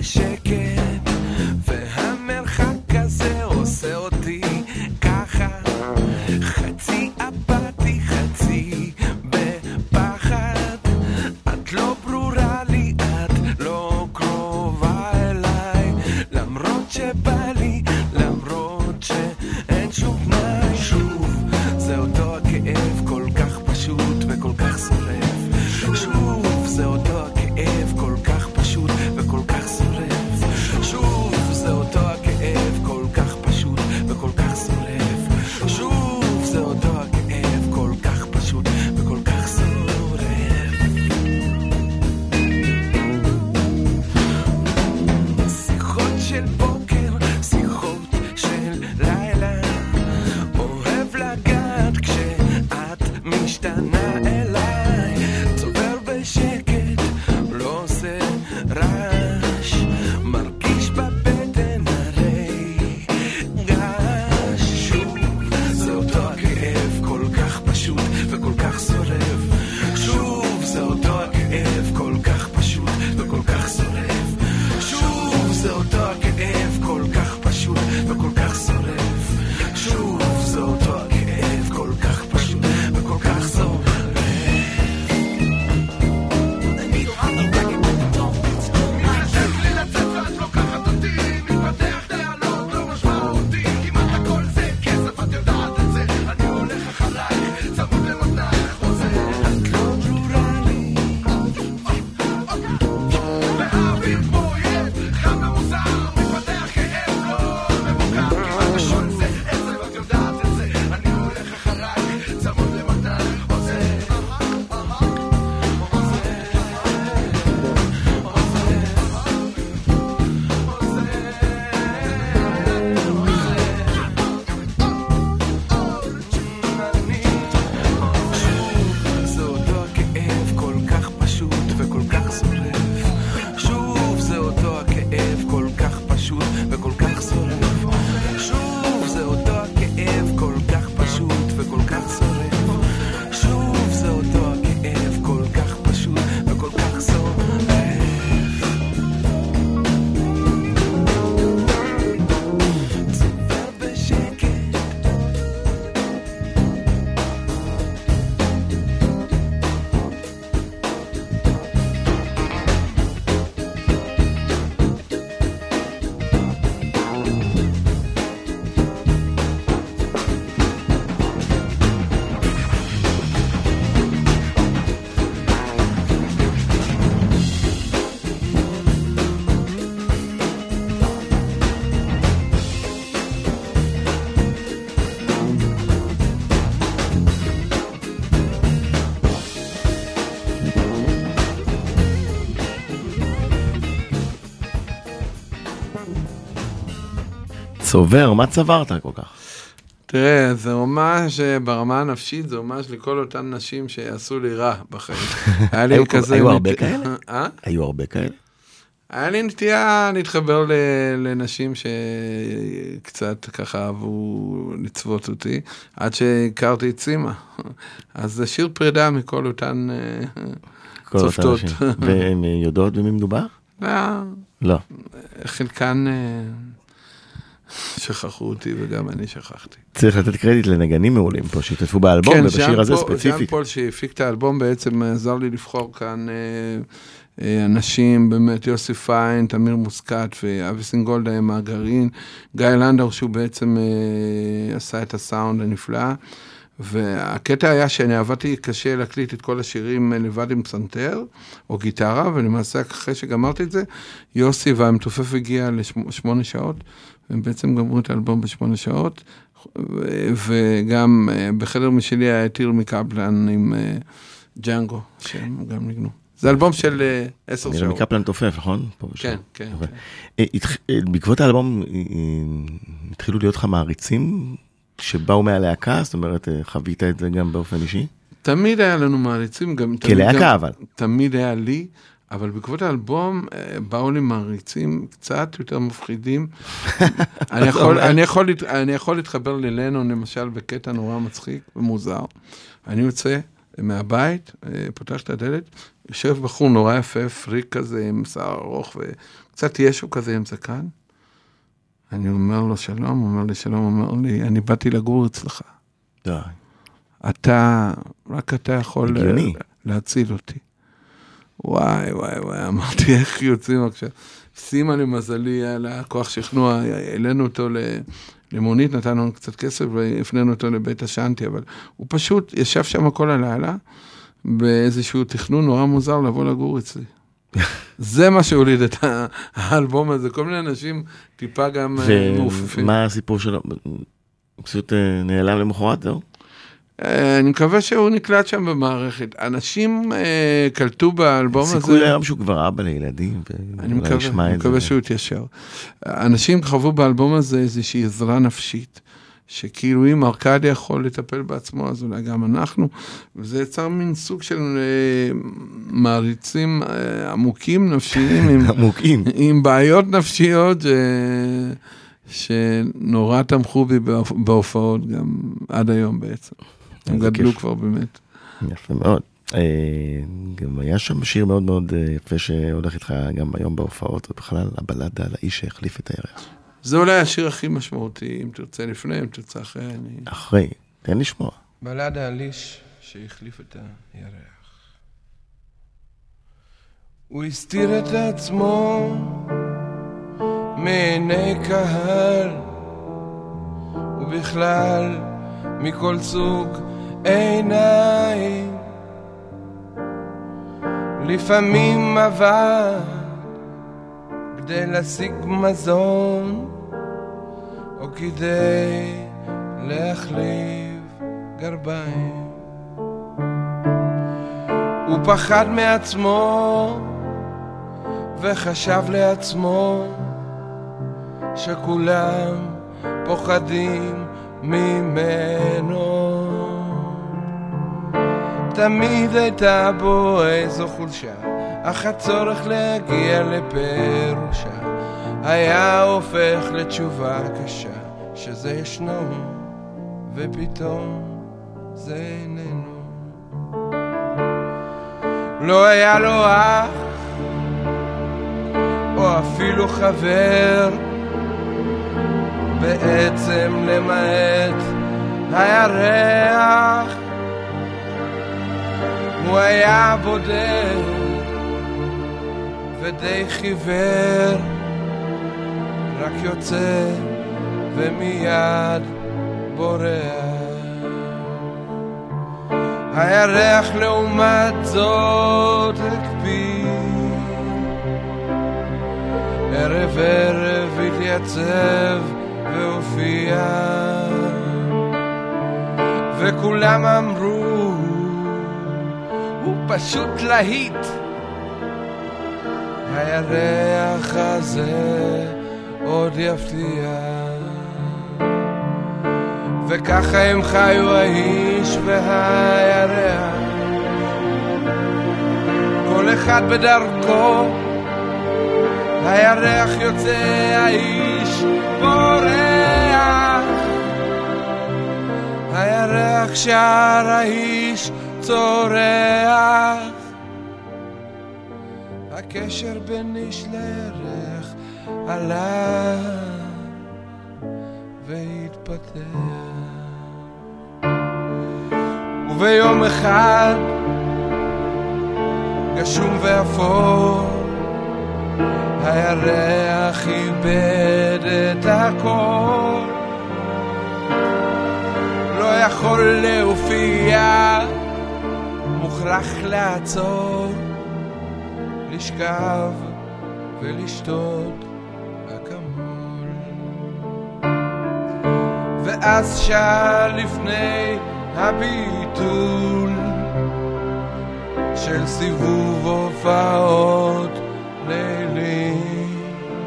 צובר, מה צברת כל כך? תראה, זה ממש, ברמה הנפשית, זה ממש לכל אותן נשים שעשו לי רע בחיים. היה לי כזה... היו הרבה כאלה? אה? היו הרבה כאלה? היה לי נטייה להתחבר לנשים שקצת ככה אהבו לצוות אותי, עד שהכרתי את סימה. אז זה שיר פרידה מכל אותן צופתות. והן יודעות במי מדובר? לא. חלקן שכחו אותי וגם אני שכחתי. צריך לתת קרדיט לנגנים מעולים פה, שהתעטפו באלבום, ובשיר הזה ספציפית. ז'אן פול שהפיק את האלבום בעצם עזר לי לבחור כאן אנשים, באמת יוסי פיין, תמיר מוסקת ואבי סינגולדה הם הגרעין, גיא לנדאו שהוא בעצם עשה את הסאונד הנפלא, והקטע היה שאני עבדתי קשה להקליט את כל השירים לבד עם פסנתר או גיטרה, ולמעשה אחרי שגמרתי את זה, יוסי והמתופף הגיע לשמונה שעות, והם בעצם גמרו את האלבום בשמונה שעות, וגם בחדר משלי היה טיר מקפלן עם ג'אנגו, שהם גם ניגנו. זה אלבום של עשר שעות. מקפלן תופף, נכון? כן, כן. בעקבות האלבום התחילו להיות לך מעריצים שבאו מהלהקה, זאת אומרת, חווית את זה גם באופן אישי? תמיד היה לנו מעריצים. כלהקה אבל. תמיד היה לי, אבל בעקבות האלבום באו לי מעריצים קצת יותר מפחידים. אני יכול להתחבר ללנון, למשל, בקטע נורא מצחיק ומוזר. אני יוצא מהבית, פותח את הדלת, יושב בחור נורא יפה, פריק כזה, עם שיער ארוך, וקצת ישו כזה עם זקן. אני אומר לו שלום, הוא אומר לי שלום, הוא אומר לי, אני באתי לגור אצלך. די. אתה, רק אתה יכול הגיוני. להציל אותי. וואי, וואי, וואי, אמרתי, איך יוצאים עכשיו? שימה למזלי, היה לה כוח שכנוע, העלינו אותו למונית, נתנו לנו קצת כסף, והפנינו אותו לבית השנטי, אבל הוא פשוט ישב שם כל הלילה, באיזשהו תכנון נורא מוזר לבוא לגור אצלי. זה מה שהוליד את האלבום הזה, כל מיני אנשים טיפה גם מעופפים. ומה הסיפור שלו? פשוט נעלם למחרת, זהו? אני מקווה שהוא נקלט שם במערכת. אנשים קלטו באלבום הזה... סיכוי היום שהוא כבר אבא לילדים. אני מקווה שהוא התיישר. אנשים חוו באלבום הזה איזושהי עזרה נפשית, שכאילו אם ארקדי יכול לטפל בעצמו, אז אולי גם אנחנו, וזה יצר מין סוג של מעריצים עמוקים נפשיים, עמוקים. עם בעיות נפשיות שנורא תמכו בי בהופעות, גם עד היום בעצם. הם גדלו כבר באמת. יפה מאוד. גם היה שם שיר מאוד מאוד יפה שהולך איתך גם היום בהופעות, ובכלל הבלדה על האיש שהחליף את הירח. זה אולי השיר הכי משמעותי, אם תרצה לפני, אם תרצה אחרי. אני... אחרי, תן לשמוע. בלדה על איש שהחליף את הירח. הוא הסתיר את עצמו מעיני קהל, ובכלל מכל סוג עיניים. לפעמים עבד כדי להשיג מזון, או כדי להחליף גרביים. הוא פחד מעצמו וחשב לעצמו שכולם פוחדים ממנו. תמיד הייתה בו איזו חולשה, אך הצורך להגיע לפירושה היה הופך לתשובה קשה, שזה ישנו ופתאום זה איננו. לא היה לו אח או אפילו חבר, בעצם למעט הירח. הוא היה בודד ודי חיוור, רק יוצא ומיד בורח. הירח לעומת זאת הקפיד, ערב ערב התייצב והופיע, וכולם אמרו הוא פשוט להיט. הירח הזה עוד יפתיע. וככה הם חיו האיש והירח, כל אחד בדרכו, הירח יוצא, האיש בורח, הירח שר, האיש צורח, הקשר בין איש לירח עלה והתפתח. וביום אחד גשום ואפור, הירח איבד את הכל, לא יכול להופיע, מוכרח לעצור, לשכב ולשתות אקמול. ואז שעה לפני הביטול של סיבוב הופעות לילי,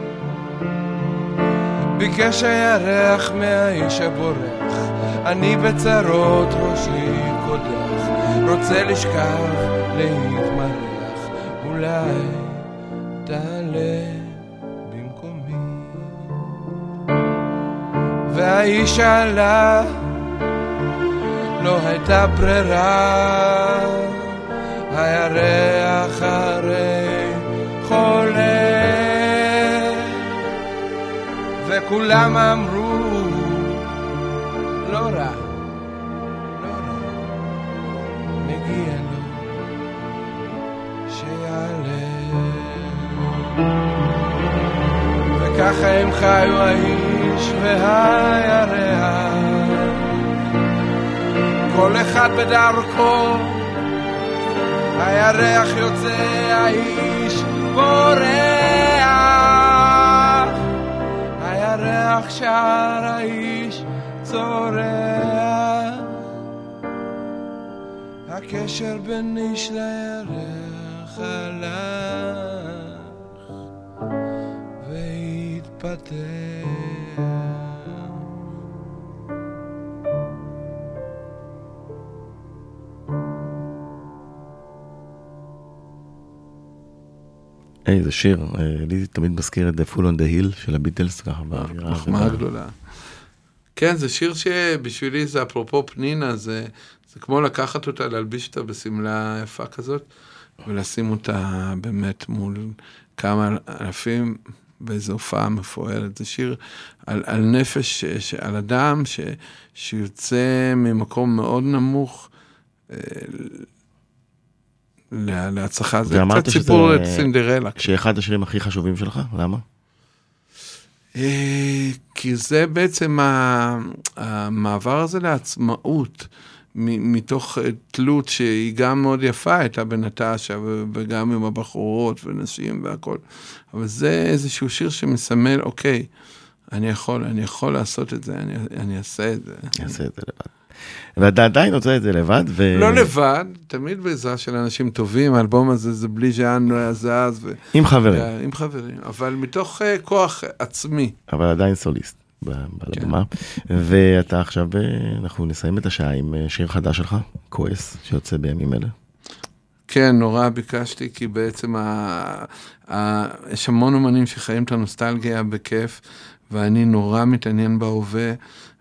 ביקש הירח מהאיש הבורח, אני בצרות ראשי קודח, רוצה לשכב להתמרח, אולי תעלה במקומי. והאיש עלה, לא הייתה ברירה, הירח הרי חולה, וכולם אמרו לא רע, לא רע, מגיע לו שיעלה. וככה הם חיו האיש והירח, כל אחד בדרכו, הירח יוצא, האיש בורח, הירח שר, האיש צורח, הקשר בין איש לירח הלך והתפתח. איזה שיר, לי תמיד מזכיר את The Fool on the Hill של הביטלס, ככה באווירה. מחמאה גדולה. כן, זה שיר שבשבילי זה אפרופו פנינה, זה, זה כמו לקחת אותה, להלביש אותה בסמלה יפה כזאת, ולשים אותה באמת מול כמה אלפים באיזו הופעה מפוארת. זה שיר על, על נפש, ש, על אדם ש, שיוצא ממקום מאוד נמוך, להצלחה. זה קצת סיפור סינדרלה. שאחד השירים הכי חשובים שלך, למה? כי זה בעצם המעבר הזה לעצמאות, מתוך תלות שהיא גם מאוד יפה, הייתה בנטשה וגם עם הבחורות ונשים והכל, אבל זה איזשהו שיר שמסמל, אוקיי, אני יכול, אני יכול לעשות את זה, אני, אני אעשה את זה. אני אעשה את זה לבד. ואתה עדיין עושה את זה לבד? ו... לא לבד, תמיד בעזרה של אנשים טובים, האלבום הזה זה בלי ז'אן לא היה זז. ו... עם חברים. עם חברים, אבל מתוך uh, כוח עצמי. אבל עדיין סוליסט בלבמה. כן. ואתה עכשיו, אנחנו נסיים את השעה עם שיר חדש שלך, כועס, שיוצא בימים אלה. כן, נורא ביקשתי, כי בעצם ה... ה... יש המון אומנים שחיים את הנוסטלגיה בכיף, ואני נורא מתעניין בהווה,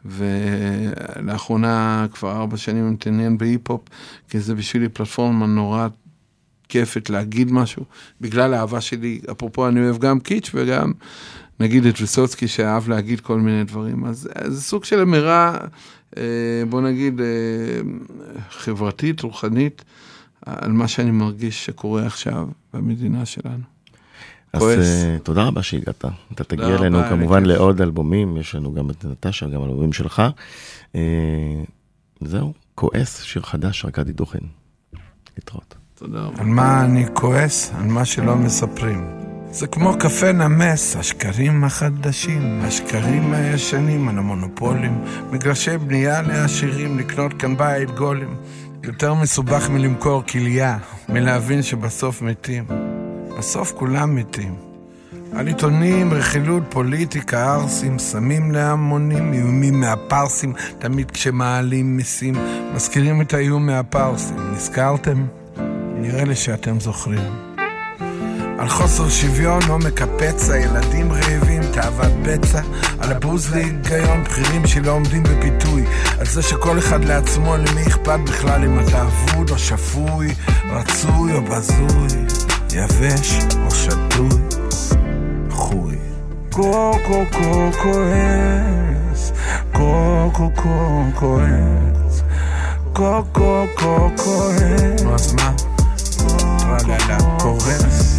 ולאחרונה כבר ארבע שנים מתעניין בהיפ-הופ, כי זה בשבילי פלטפורמה נורא כיפת להגיד משהו, בגלל האהבה שלי, אפרופו אני אוהב גם קיץ' וגם נגיד את ויסוצקי שאהב להגיד כל מיני דברים, אז זה סוג של אמירה, בוא נגיד, חברתית, רוחנית, על מה שאני מרגיש שקורה עכשיו במדינה שלנו. אז uh, תודה רבה שהגעת. אתה תגיע אלינו כמובן לעוד אלבומים, יש לנו גם את נטשה, גם אלבומים שלך. Uh, זהו, כועס, שיר חדש, ארכדי דוכן. להתראות. תודה רבה. על מה אני כועס? על מה שלא מספרים. זה כמו קפה נמס, השקרים החדשים, השקרים הישנים על המונופולים, מגרשי בנייה לעשירים, לקנות כאן בית גולים. יותר מסובך מלמכור כליה, מלהבין שבסוף מתים. בסוף כולם מתים. על עיתונים, רכילות, פוליטיקה, ארסים, שמים להמונים, איומים מהפרסים, תמיד כשמעלים מיסים, מזכירים את האיום מהפרסים. נזכרתם? נראה לי שאתם זוכרים. על חוסר שוויון, עומק הפצע, ילדים רעבים, תאוות בצע, על הבוז להיגיון, בחירים שלא עומדים בפיתוי, על זה שכל אחד לעצמו, למי אכפת בכלל אם אתה אבוד או שפוי, רצוי או בזוי, יבש או שטוי, חוי. קו קו קו כועס, קו קו קו כועס, קו קו קו כועס. נו אז מה? טרללה כועס.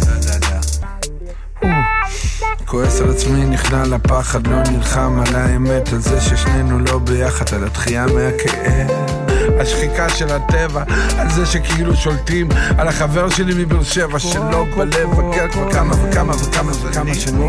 כועס על עצמי, נכנע לפחד, לא נלחם על האמת, על זה ששנינו לא ביחד, על התחייה מהכאב, השחיקה של הטבע, על זה שכאילו שולטים, על החבר שלי מבאר שבע שלא בלב, וגר כבר כמה וכמה וכמה וכמה שנים.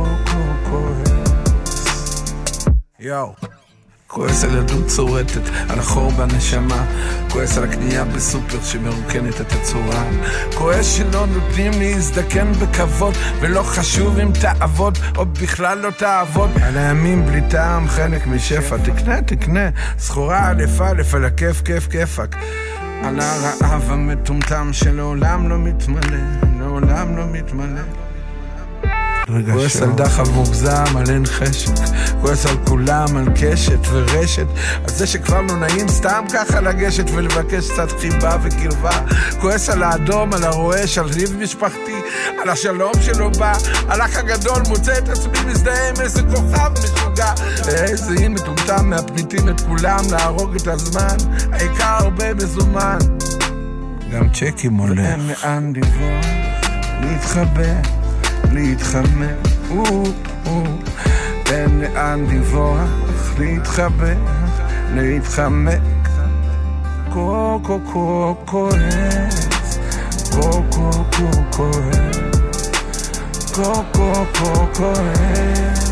יאו, כועס על ידות צורטת, על החור בנשמה, כועס על הקנייה בסופר שמרוקנת את הצורה, כועס שלא נותנים לי להזדקן בכבוד, ולא חשוב אם תעבוד או בכלל לא תעבוד, על הימים בלי טעם חלק משפע, תקנה תקנה סחורה אלף אלף על הכיף כיף כיפק, על הרעב המטומטם שלעולם לא מתמלא, לעולם לא מתמלא. כועס על דחף מוגזם, על אין חשק, כועס על כולם, על קשת ורשת, על זה שכבר לא נעים סתם ככה לגשת ולבקש קצת חיבה וקרבה, כועס על האדום, על הרועש, על ריב משפחתי, על השלום שלא בא, על אח הגדול, מוצא את עצמי מזדהה עם איזה כוכב משוגע, איזה אין מטומטם מהפניתים את כולם, להרוג את הזמן, העיקר הרבה מזומן, גם צ'קים הולך, ואין לאן לברוח, להתחבא, להתחמם, אין לאן לברוח, להתחבא, להתחמק, קו קו קו כועס, קו קו קו כועס, קו קו קו כועס.